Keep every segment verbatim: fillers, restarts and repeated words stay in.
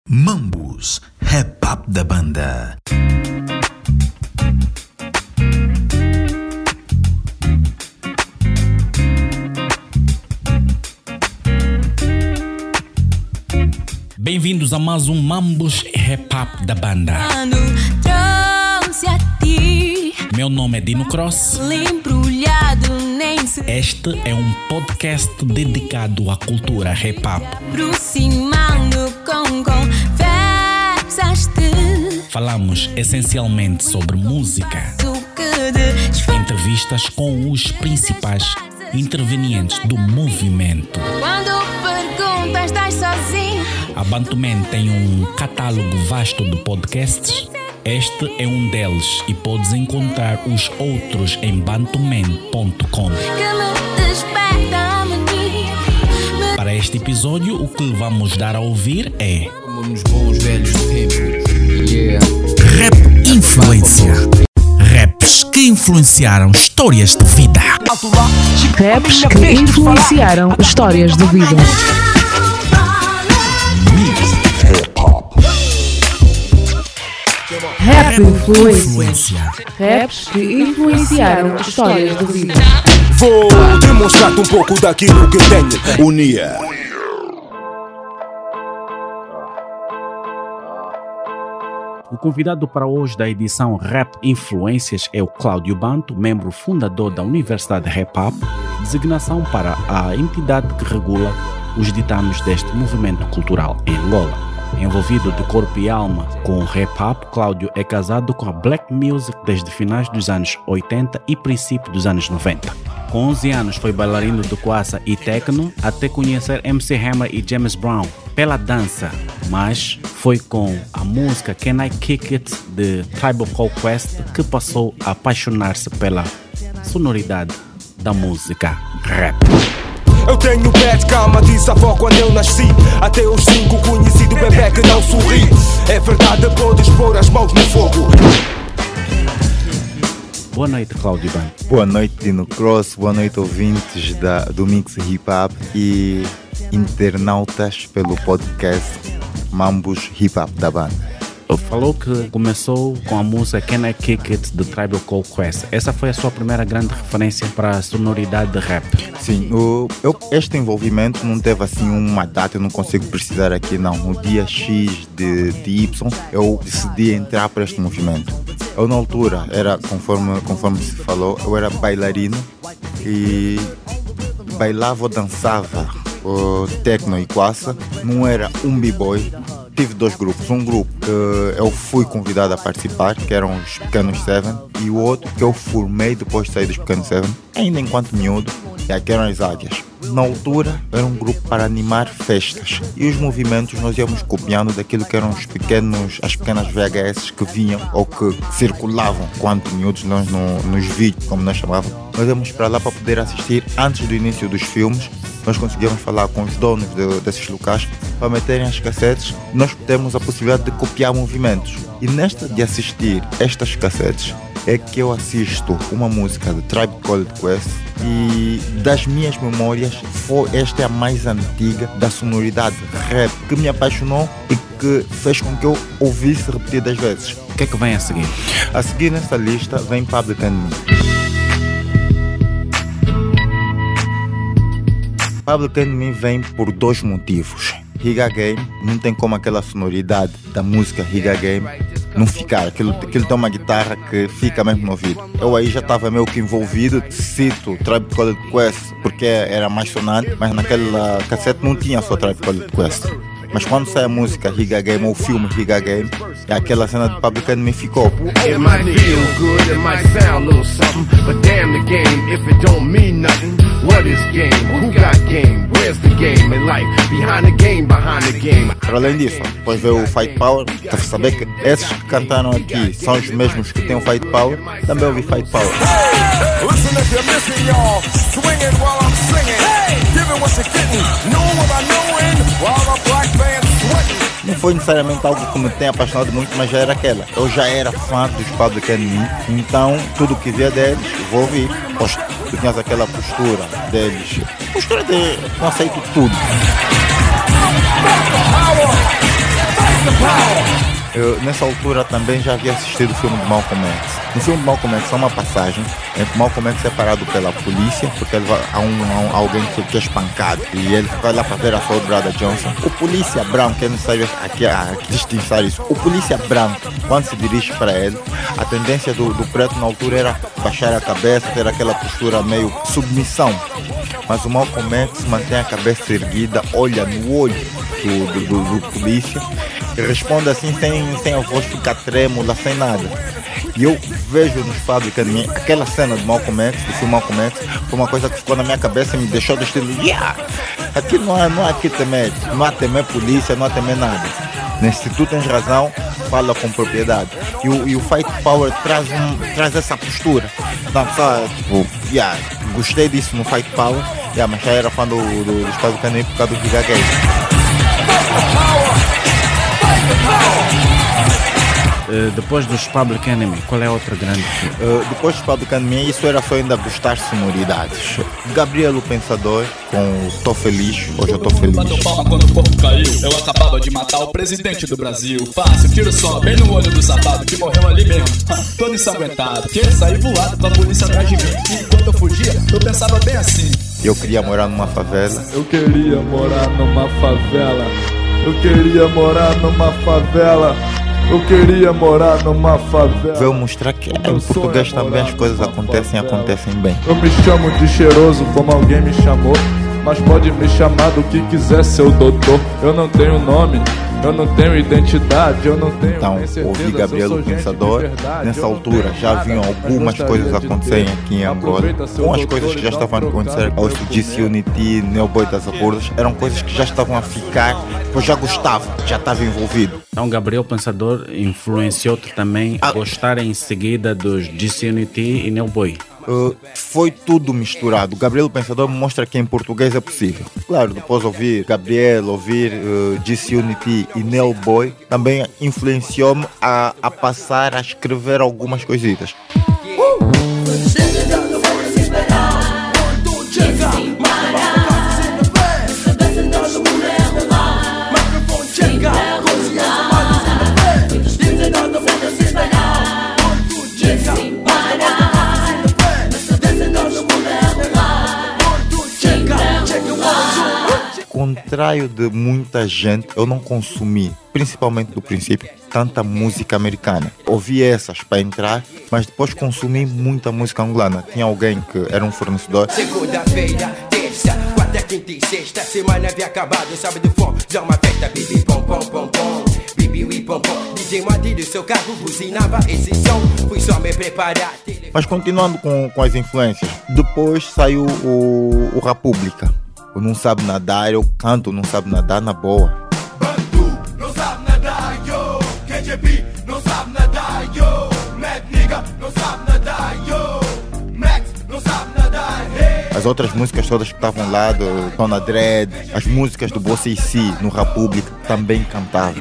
Mambus, rap up da banda. Bem-vindos a mais um Mambus Rap Up da banda. Meu nome é Dino Cross. Este é um podcast dedicado à cultura rap up. Falamos essencialmente sobre música. Entrevistas com os principais intervenientes do movimento. A Bantuman tem um catálogo vasto de podcasts. Este é um deles e podes encontrar os outros em bantuman ponto com. Para este episódio, o que vamos dar a ouvir é nos bons velhos tempos. Yeah. Rap Influência. Raps que influenciaram histórias de vida. Raps que influenciaram histórias de vida. Rap Influência. Raps que influenciaram histórias de vida. Vou demonstrar-te um pouco daquilo que tenho. Unia. O convidado para hoje da edição Rap Influências é o Cláudio Banto, membro fundador da Universidade Rap Up, designação para a entidade que regula os ditames deste movimento cultural em Angola. Envolvido de corpo e alma com o rap up, Cláudio é casado com a black music desde finais dos anos oitenta e princípio dos anos noventa. Com onze anos foi bailarino de Kwassa e techno, até conhecer M C Hammer e James Brown pela dança, mas foi com a música Can I Kick It de Tribe Called Quest que passou a apaixonar-se pela sonoridade da música rap. Eu tenho pé de cama, disse a avó quando eu nasci. Até os cinco conhecido bebê que não sorri. É verdade, podes pôr as mãos no fogo. Boa noite, Cláudio Banto. Boa noite, Dino Cross. Boa noite, ouvintes da, do Mix Hip Hop e internautas pelo podcast Mambus Hip Hop da banda. Falou que começou com a música Can I Kick It de Tribe Called Quest. Essa foi a sua primeira grande referência para a sonoridade de rap? Sim, o, eu, este envolvimento não teve assim uma data, eu não consigo precisar aqui não. No dia X de, de Y, eu decidi entrar para este movimento. Eu na altura, era conforme, conforme se falou, eu era bailarino e bailava ou dançava o techno e Kwassa. Não era um b-boy. Tive dois grupos, um grupo que eu fui convidado a participar, que eram os Pequenos Seven, e o outro que eu formei depois de sair dos Pequenos Seven, ainda enquanto miúdo, que eram as Águias. Na altura era um grupo para animar festas e os movimentos nós íamos copiando daquilo que eram os pequenos, as pequenas V H S que vinham ou que circulavam quando miúdos nós no, nos vídeos, como nós chamávamos. Nós íamos para lá para poder assistir antes do início dos filmes. Nós conseguíamos falar com os donos de, desses locais para meterem as cassetes. Nós temos a possibilidade de copiar movimentos. E nesta de assistir estas cassetes é que eu assisto uma música de Tribe Called Quest e das minhas memórias foi, esta é a mais antiga da sonoridade rap que me apaixonou e que fez com que eu ouvisse repetidas vezes. O que é que vem a seguir? A seguir nessa lista vem Public Enemy. Public Enemy vem por dois motivos. Higa Game, não tem como aquela sonoridade da música Higa Game não ficar, aquilo, aquilo tem uma guitarra que fica mesmo no ouvido. Eu aí já estava meio que envolvido, cito Tribe Called Quest porque era mais sonante, mas naquela cassete não tinha só Tribe Called Quest. Mas quando sai a música Higa Game ou o filme Higa Game, é aquela cena de Public Enemy ficou. It might feel good, it might sound a little something, but damn the game if it don't mean nothing. What is game? Who got game? Where's the game in life? Behind the game, behind the game. Para além disso, depois veio o Fight Power, para saber que esses que cantaram aqui são os mesmos que têm o Fight Power, também ouvi Fight Power. Hey, listen if you're missing y'all, swinging while I'm singing, hey, giving what you're getting, know what I knowin', while the black band's sweating. Não foi necessariamente algo que me tenha apaixonado muito, mas já era aquela. Eu já era fã dos Public Enemy, então tudo que via deles, vou ouvir. Pois tu tinhas aquela postura deles, postura de não aceito tudo. Eu, nessa altura também já havia assistido o filme de Malcolm X. No filme de Malcolm X há uma passagem em que Malcolm X é parado pela polícia porque ele vai, há, um, há um, alguém que, que é espancado e ele vai lá para ver a sua brother Johnson. O polícia branco, é necessário aqui, aqui distinguir isso. O polícia branco, quando se dirige para ele, a tendência do, do preto na altura era baixar a cabeça, ter aquela postura meio submissão. Mas o Malcolm X mantém a cabeça erguida, olha no olho do, do, do, do polícia e responde assim sem, sem a voz ficar trêmula, sem nada. E eu vejo nos Public Enemy, aquela cena do Malcolm X, do filme Malcolm X, foi uma coisa que ficou na minha cabeça e me deixou do estilo, yeah! Aqui não há, não há aqui temer, não há temer polícia, não há temer nada. Se tu tens razão, fala com propriedade. E o, e o Fight Power traz, um, traz essa postura. Não, só, tipo, yeah, gostei disso no Fight Power, yeah, mas já era fã do, do, dos Public Enemy por causa do Giga Gay. Uh, depois dos Public Enemy, qual é a outra grande? Uh, depois dos Public Enemy, isso era só ainda gostar sonoridades. Gabriel o Pensador com Tô Feliz, hoje eu tô feliz. Bateu palma quando o corpo caiu, eu acabava de matar o presidente do Brasil. Fácil, tiro só, bem no olho do safado que morreu ali mesmo, todo ensanguentado. Tinha saído voado com a polícia atrás de mim. E enquanto eu fugia, eu pensava bem assim: eu queria morar numa favela. Eu queria morar numa favela. Eu queria morar numa favela. Eu queria morar numa favela. Veio mostrar que em português também as coisas acontecem e acontecem bem. Eu me chamo de cheiroso como alguém me chamou, mas pode me chamar do que quiser, seu doutor. Eu não tenho nome, eu não tenho identidade, eu não tenho. Então, ouvi Gabriel o Pensador. Nessa altura já haviam algumas coisas acontecerem aqui em Angola. Com as coisas que já estavam a acontecer aos do G C Unity, Neoboi das Acordas, eram coisas que já estavam a ficar, eu já gostava, já estava envolvido. Então Gabriel Pensador influenciou-te também a ah. gostar em seguida dos G C Unity e Neoboi. Uh, foi tudo misturado. Gabriel Pensador mostra que em português é possível. Claro, depois ouvir Gabriel, ouvir uh, G C Unity e Neoboi também influenciou-me a, a passar a escrever algumas coisitas. Uh! Contrário de muita gente, eu não consumi, principalmente do princípio, tanta música americana. Ouvi essas para entrar, mas depois consumi muita música angolana. Tinha alguém que era um fornecedor. Segunda-feira, terça, quarta, quinta e sexta, semana havia acabado, sabe do fome, já uma festa, bibi pom pom pom pom, bibi ui pom pom, D J Mati do seu carro buzinava esse som, fui só me preparar. Mas continuando com, com as influências, depois saiu o, o República. O Não Sabe Nadar, eu canto Não Sabe Nadar na boa. Bantu, não sabe nadar, yo. K J B, não sabe nadar, yo. Mad Nigga, não sabe nadar, yo. Max, não sabe nadar, hey. As outras músicas todas que estavam lá, do Dona Dread, as músicas do Bossa e Si no República, também cantavam.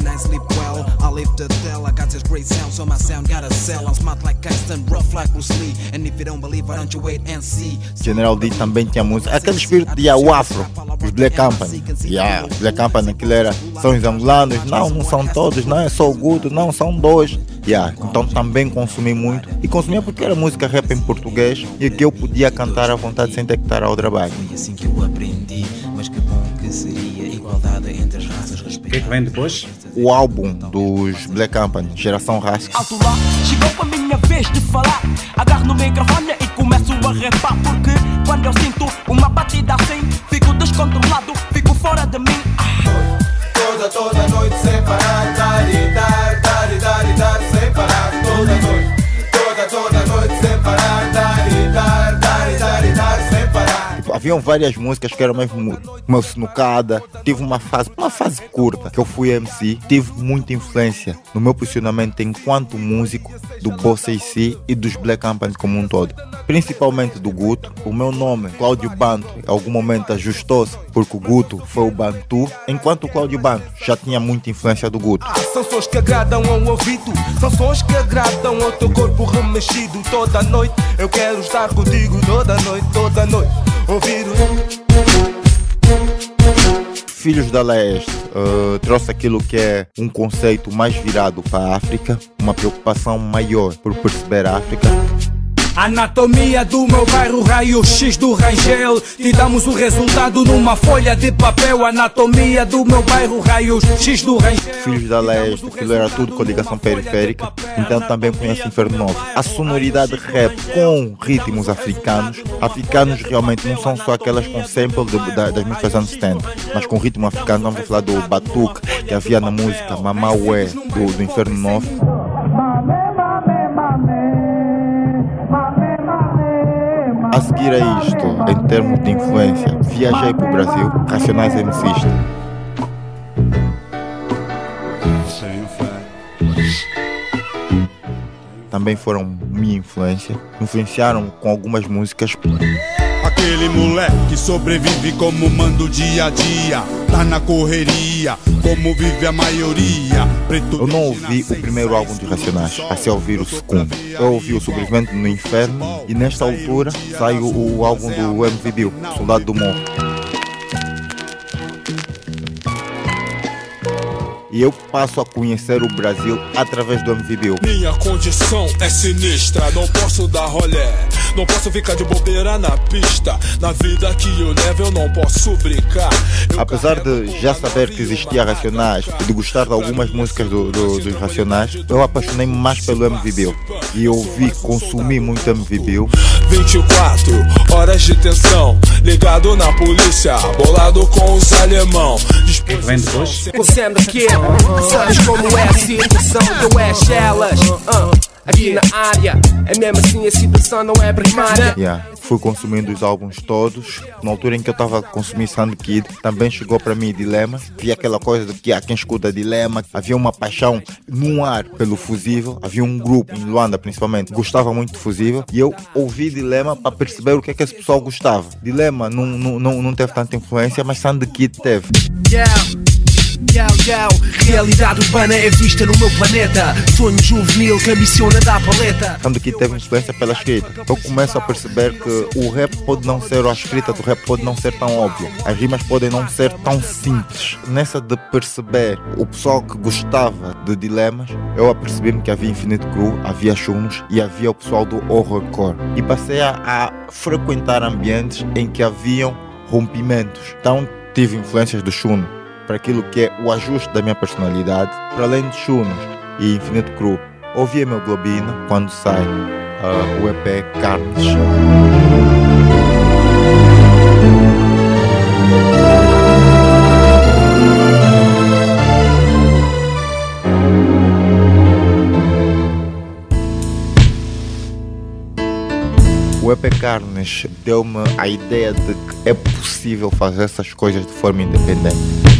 General D também tinha música. Aquele espírito de o Afro, os Black Company. Yeah, os Black Company, aquilo era, são os angolanos. Não, não são todos, não é só o Guto, não, são dois. Yeah, então também consumi muito. E consumia porque era música rap em português e que eu podia cantar à vontade sem ter que estar ao trabalho. Assim que eu aprendi, mas que bom que seria igualdade entre as raças. O que é que vem depois? O álbum dos Black Company, Geração Rasca. Alto lá, chegou a minha vez de falar. Agarro no microfone e começo a rapar. Porque quando eu sinto uma batida assim, fico descontrolado, fico fora de mim. Toda, toda noite sem parar, dar e dar, dar e dar e dar sem parar. Toda noite, toda, toda noite sem parar, dar e dar, dar e dar e dar sem parar. Tipo, haviam várias músicas que eram mesmo meu sinucada. Tive uma fase, uma fase curta que eu fui M C. Tive muita influência no meu posicionamento enquanto músico do Bossa e Si e dos Black Company como um todo. Principalmente do Guto. O meu nome, Cláudio Bantu, em algum momento ajustou-se porque o Guto foi o Bantu, enquanto o Cláudio Bantu já tinha muita influência do Guto. Ah, são sons que agradam ao ouvido, são sons que agradam ao teu corpo remexido. Toda noite eu quero estar contigo, toda noite, toda noite, ouvir o... Filhos da Leste uh, trouxe aquilo que é um conceito mais virado para a África, uma preocupação maior por perceber a África. Anatomia do meu bairro, raio-x do Rangel. Te damos o resultado numa folha de papel. Anatomia do meu bairro, raio-x do Rangel. Filhos da Leste, aquilo era tudo com ligação periférica. Então também conheço Inferno Novo. A sonoridade rap com ritmos africanos. Africanos realmente não são só aquelas com sample de, da, das músicas anos setenta, mas com ritmo africano. Vamos falar do batuque que havia na música Mamaué do, do Inferno Novo. A seguir a isto, em termos de influência, viajei para o Brasil, Racionais M Cs. Também foram minha influência, influenciaram com algumas músicas. Aquele moleque que sobrevive como manda o dia a dia, tá na correria, como vive a maioria. Preto. Eu não ouvi o primeiro álbum de Racionais, passei a ouvir o segundo. Eu ouvi o Sobrevivente no Inferno e nesta altura saiu o álbum do M V Bill, Soldado do Morro. E eu passo a conhecer o Brasil através do M V Bill. Minha condição é sinistra, não posso dar rolé, não posso ficar de bobeira na pista. Na vida que eu levo eu não posso brincar. Eu Apesar de já saber que existia Racionais e de gostar de algumas músicas do, do, dos Racionais, eu apaixonei-me mais pelo M V Bill. E ouvi, consumi muito M V Bill. vinte e quatro horas de tensão, ligado na polícia, bolado com os alemão. Vem depois. Sabes como é a situação, eu és elas uh, aqui na área, é mesmo assim a situação não é primária. Yeah. Fui consumindo os álbuns todos. Na altura em que eu estava consumindo Soundkid, também chegou para mim Dilema. Havia aquela coisa de que há quem escuta Dilema. Havia uma paixão no ar pelo Fusível. Havia um grupo em Luanda principalmente que gostava muito de Fusível. E eu ouvi Dilema para perceber o que é que esse pessoal gostava. Dilema não, não, não, não teve tanta influência, mas Soundkid teve. Yeah. Yo, yo. Realidade urbana é vista no meu planeta. Sonho juvenil que ambiciona da paleta. Quando aqui teve influência pela escrita, eu começo a perceber que o rap pode não ser, ou a escrita do rap pode não ser tão óbvia. As rimas podem não ser tão simples. Nessa de perceber o pessoal que gostava de Dilemas, eu apercebi-me que havia Infinito Crew, havia Chunos e havia o pessoal do horrorcore. E passei a, a frequentar ambientes em que haviam rompimentos. Então tive influências do Chuno para aquilo que é o ajuste da minha personalidade, para além de Chunos e Infinito Crew. Ouvi Hemoglobina quando sai uh, o E P Carnes. O E P Carnes deu-me a ideia de que é possível fazer essas coisas de forma independente.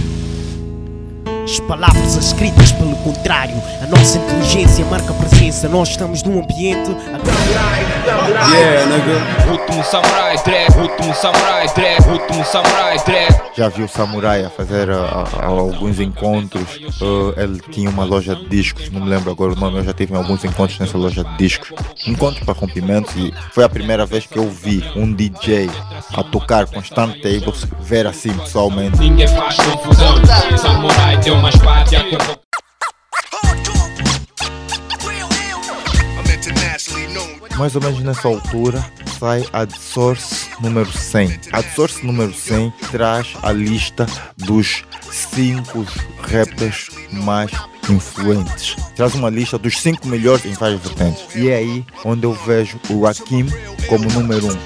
As palavras escritas pelo contrário, a nossa inteligência marca presença. Nós estamos num ambiente a... Yeah, nigga. Último samurai drag, último samurai drag, último samurai drag. Já vi o Samurai a fazer a, a, alguns encontros. Uh, ele tinha uma loja de discos, não me lembro agora o nome. Eu já tive alguns encontros nessa loja de discos, encontros para rompimentos, e foi a primeira vez que eu vi um D J a tocar com turntables, ver assim pessoalmente. Ninguém faz confusão. Samurai deu uma espada. Mais ou menos nessa altura sai a The Source número cem. A The Source número cem traz a lista dos cinco rappers mais influentes. Traz uma lista dos cinco melhores em várias vertentes. E é aí onde eu vejo o Rakim como número um.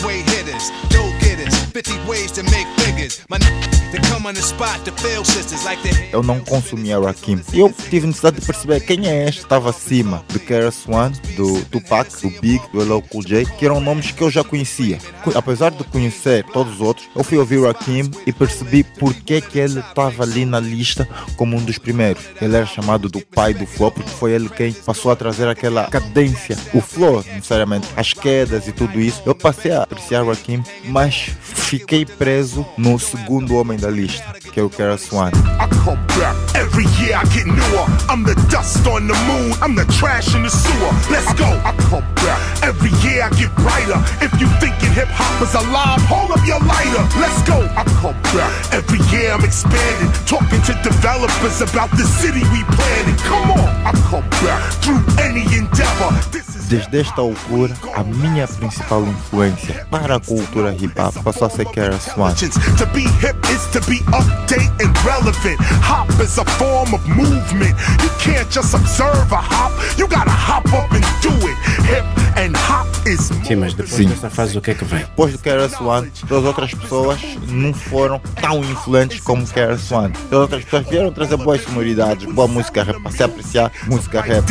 Eu não consumia Rakim. E eu tive necessidade de perceber quem é este que estava acima de K R S One, do Tupac, do Big, do L L Cool J, que eram nomes que eu já conhecia. Apesar de conhecer todos os outros, eu fui ouvir Rakim e percebi porque que ele estava ali na lista como um dos primeiros. Ele era chamado do pai do flow, porque foi ele quem passou a trazer aquela cadência, o flow, necessariamente, as quedas e tudo isso. Eu passei a apreciar Rakim, mas fiquei preso no segundo homem da lista, que é o K R S One. Every year I get newer. I'm the dust on the moon. I'm the trash in the sewer. Let's go. I come back. Every year I get brighter. If you thinking hip hop is alive, hold up your lighter. Let's go. I come back. Every year I'm expanding, talking to developers about the city we planning. Come on. I come back through any endeavor. Desde esta altura, a minha principal influência para a cultura hip-hop passou a ser K R S One. To be hip is to be update and relevant. Hop is a form of movement. You can't just observe a hop. You gotta hop up and do it. Hip and hop is movement. Sim, mas depois Sim. dessa fase o que é que vem? Depois do K R S One, as outras pessoas não foram tão influentes como K R S One. As outras pessoas vieram trazer boas sonoridades, boa música rap, para se apreciar música rap.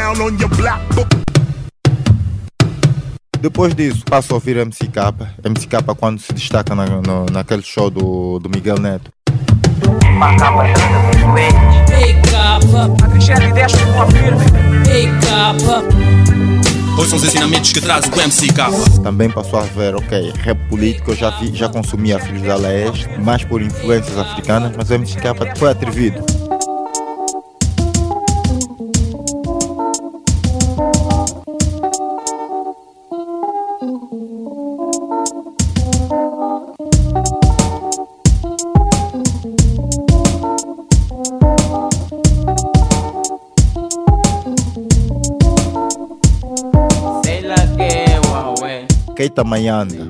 Depois disso, passo a ouvir M C K. M C K quando se destaca na, no, naquele show do, do Miguel Neto. Ei, capa, a crescer ideias como a firme. Ei, capa. Hoje são os ensinamentos que traz o M C K. Também passou a ver, ok, rap político, eu já, vi, já consumia Filhos da Leste, mais por influências africanas, mas o M C K foi atrevido. Keita Mayanda,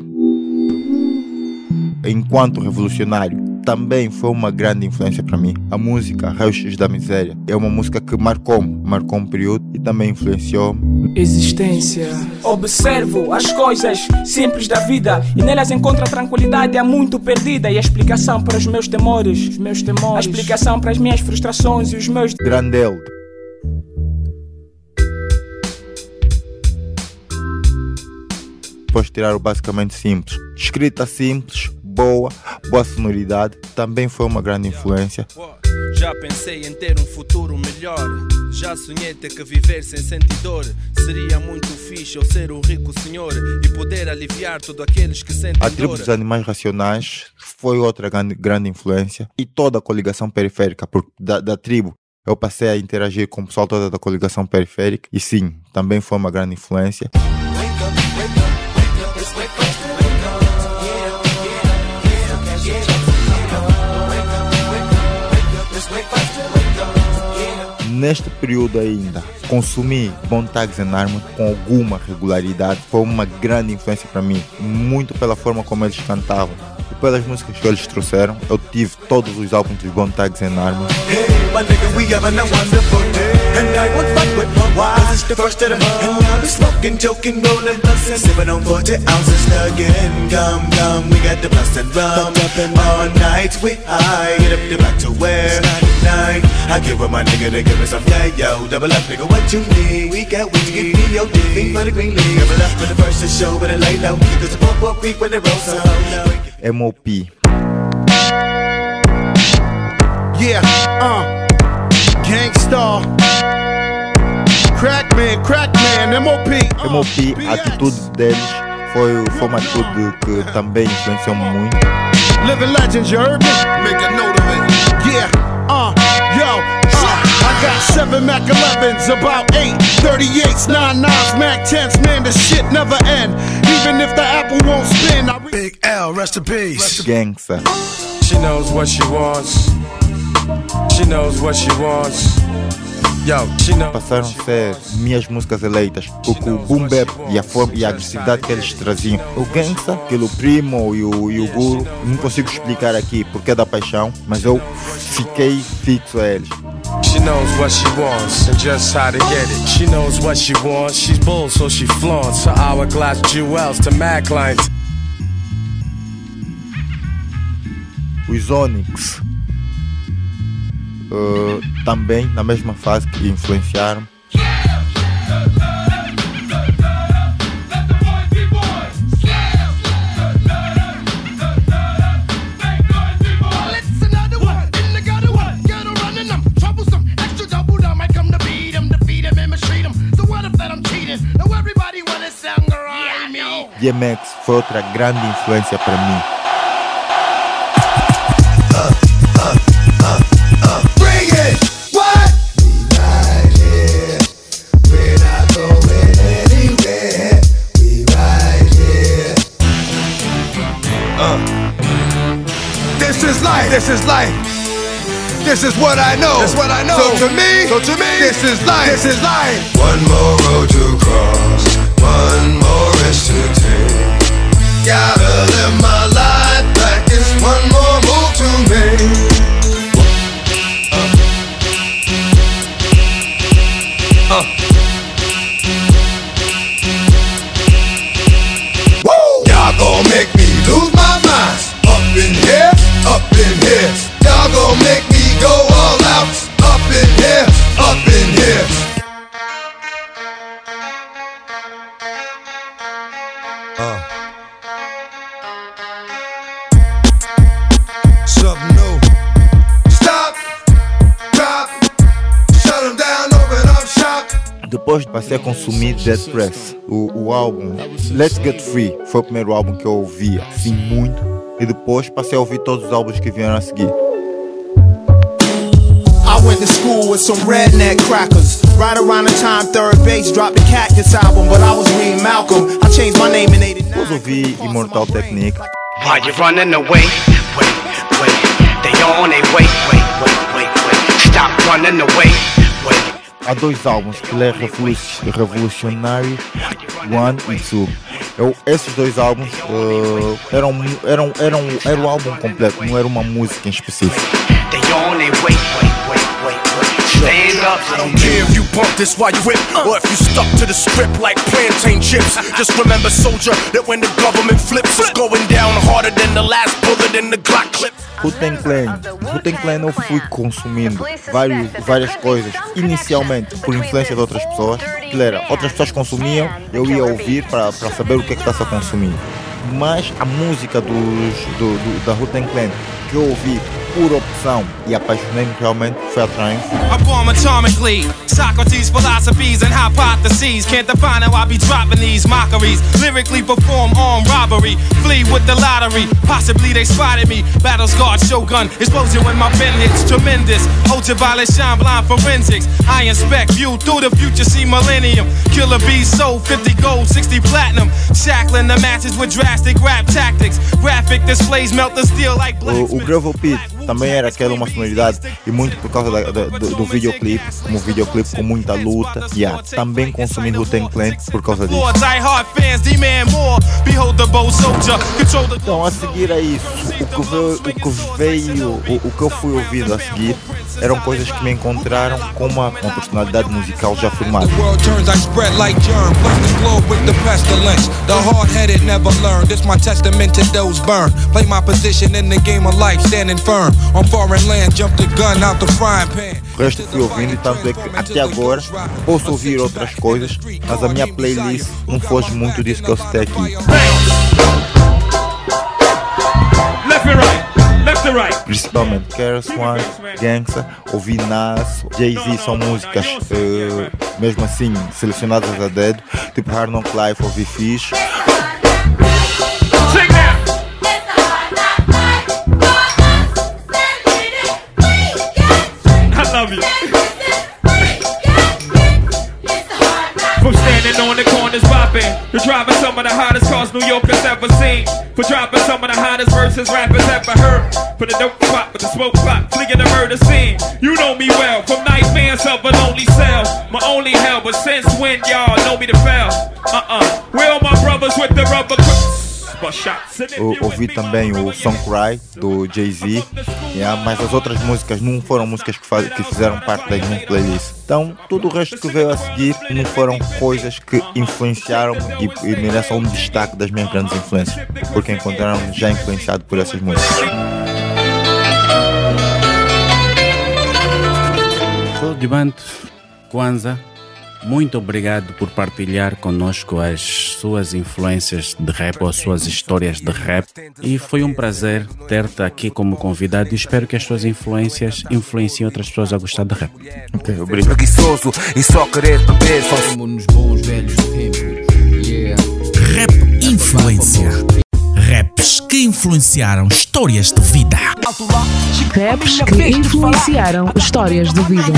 enquanto revolucionário, também foi uma grande influência para mim. A música Raios da Miséria é uma música que marcou-me, marcou um período e também influenciou-me. Existência. Observo as coisas simples da vida e nelas encontro a tranquilidade há muito perdida e a explicação para os meus temores, os meus temores, a explicação para as minhas frustrações e os meus... Grandel. Depois tirar o basicamente simples. Escrita simples, boa, boa sonoridade, também foi uma grande influência. Já pensei em ter um futuro melhor. Já sonhei ter que viver sem sentir dor. Seria muito fixe eu ser um rico senhor e poder aliviar todos aqueles que sentem dor. A tribo dos Animais Racionais foi outra grande, grande influência. E toda a coligação periférica, porque da, da tribo eu passei a interagir com o pessoal toda da coligação periférica. E sim, também foi uma grande influência. Neste período ainda, consumi Bone Thugs and Harmony com alguma regularidade. Foi uma grande influência para mim, muito pela forma como eles cantavam e pelas músicas que eles trouxeram. Eu tive todos os álbuns de Bone Thugs and Harmony. And I won't fight with my wives. It's the first of the month. And I'll be smoking, joking, rolling, bustin', sipping on forty ounces, slugging, gum, gum. We got the blast and rum. All night we high, get up the back to where ninety-nine. I give up my nigga to give me some yeah, yo. Double up, nigga, what you need? We got weed to get D O D. Think for the green league. Double up for the first to show, but it lay low. Cause the pop up creep when it rolls so low. M O P. Yeah, uh, Gangstar. Crackman, Crackman, M O P. M O P, a atitude deles foi, foi uma atitude que também influenciou muito. Living legends, you heard me? Make a note of it. Yeah, uh, yo, uh, I got seven Mac elevens, about eight thirty-eights, nine nines, Mac tens, man, the shit never end. Even if the apple won't spin, I Big L, rest in peace. Gangsta. She knows what she wants. She knows what she wants. Passaram a ser minhas músicas eleitas, porque o boom bap e a forma e a agressividade que eles traziam. O Gangsta, aquele primo e o, e o Guru, não consigo explicar aqui porque é da paixão, mas eu fiquei fixo a eles. She knows what she wants and just how to get it. She knows what she wants, she's bold so she flaunts her hourglass jewels to Mac lines. Os Onyx. Uh, também na mesma fase que influenciaram. D M X foi outra grande influência para mim. This is life. This is what I know. That's what I know. So to me, so to me, this is life. This is life. One more road to cross, one more risk to take. Gotta live my life like it's one more move to make. Uh. Woo! Y'all gon' make me lose my mind. Up in here, up in here. Y'all gon' make me go all out. Up in here, up in here. Uh. Something new. Stop, drop, shut them down, open up shop. Depois passei a consumir Dead Press, o, o álbum Let's Get Free foi o primeiro álbum que eu ouvi assim muito, e depois passei a ouvir todos os álbuns que vieram a seguir. I went to school with some redneck crackers. Right around the time Third Base dropped the Cactus album, but I was reading Malcolm. I changed my name in eighty-nine. Depois ouvi Immortal Technique. Why you running away? Wait, wait. They on their way. Wait, wait, wait, wait. Stop running away. Wait. Há dois álbuns que ele é revolucionário, One e Two. Eu, esses dois álbuns uh, eram, eram, eram, era o álbum completo, não era uma música em específico. They on their way. Wait, wait, wait, wait. Stand up. I don't care if you bump this while you whip, or if you stuck to the script like plantain chips. Just remember, soldier, that when the government flips, it's going down harder than the last bullet in the Glock clip. Wu-Tang Clan, Wu-Tang Clan eu fui consumindo vários, várias coisas, inicialmente por influência de outras pessoas, que era, outras pessoas consumiam, eu ia ouvir para saber o que é que está-se a consumir. Mas a música dos, do, do, da Wu-Tang Clan que eu ouvi por opção e apaixonei-me realmente foi a Triumph. I form atomically, Socrates' philosophies and hypotheses. Can't define how I be dropping these mockeries. Lyrically perform armed robbery, flee with the lottery. Possibly they spotted me. Battle scarred shogun, explosion when my pen hits. Tremendous, ultraviolet shine blind forensics. I inspect, view through the future, see millennium. Killer bees sold, fifty gold, sixty platinum. Shackling the masses with drastic rap tactics. Graphic displays melt the steel like black. O Gravel Pit também era aquela uma sonoridade, e muito por causa da, da, do, do videoclipe, como videoclipe com muita luta. Yeah, também consumi Wu-Tang Clan por causa disso. Então, a seguir a isso, o que veio, o que, veio, o, o que eu fui ouvindo a seguir eram coisas que me encontraram com uma, uma personalidade musical já formada. O resto fui ouvindo, e tanto é que até agora posso ouvir outras coisas, mas a minha playlist não foge muito disso que eu citei aqui. Principalmente K R S One, Gangsta, ouvi Nas, Jay-Z, são músicas uh, mesmo assim selecionadas a dedo, tipo Hard Knock Life, ouvi Fish. From standing on the corners bopping, to driving some of the hottest cars New Yorkers ever seen, for dropping some of the hottest verses rappers ever heard, for the dope spot with the smoke clock, fleeing the murder scene. You know me well, from nightmares of a lonely cell, my only hell, but since when y'all know me to fail? Uh-uh, where all my brothers with the rubber clips? Eu ouvi também o Song Cry do Jay-Z, yeah, mas as outras músicas não foram músicas que, faz, que fizeram parte da minha playlist. Então tudo o resto que veio a seguir não foram coisas que influenciaram e, e merecem um destaque das minhas grandes influências, porque encontraram-me já influenciado por essas músicas. Sou de Banto, Kwanzaa. Muito obrigado por partilhar conosco as suas influências de rap ou as suas histórias de rap. E foi um prazer ter-te aqui como convidado, e espero que as suas influências influenciem outras pessoas a gostar de rap. Ok, obrigado. Preguiçoso e só querer beber, só nos bons velhos tempos. Yeah. Rap Influência. Raps que influenciaram histórias de vida. Raps que influenciaram histórias de vida.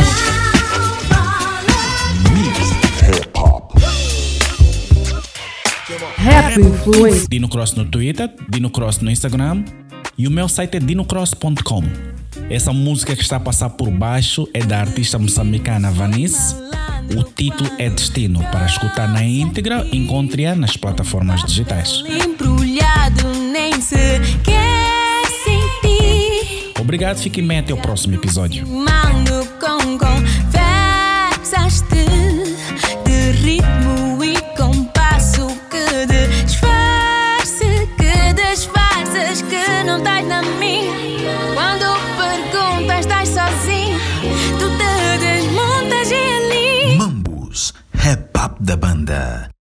Rap Influência. Dino Cross no Twitter, Dino Cross no Instagram E o meu site é dinocross ponto com. Essa música que está a passar por baixo é da artista moçambicana Vanice. O título é Destino. Para escutar na íntegra, encontre-a nas plataformas digitais. Embrulhado, nem se quer sentir. Obrigado, fiquem bem até o próximo episódio. Mando com conversas de ritmo e compasso que disfarce, que disfarces que não estás na minha. Quando perguntas, estás sozinho, tu te desmontas e ali. Mambus, rap up da banda.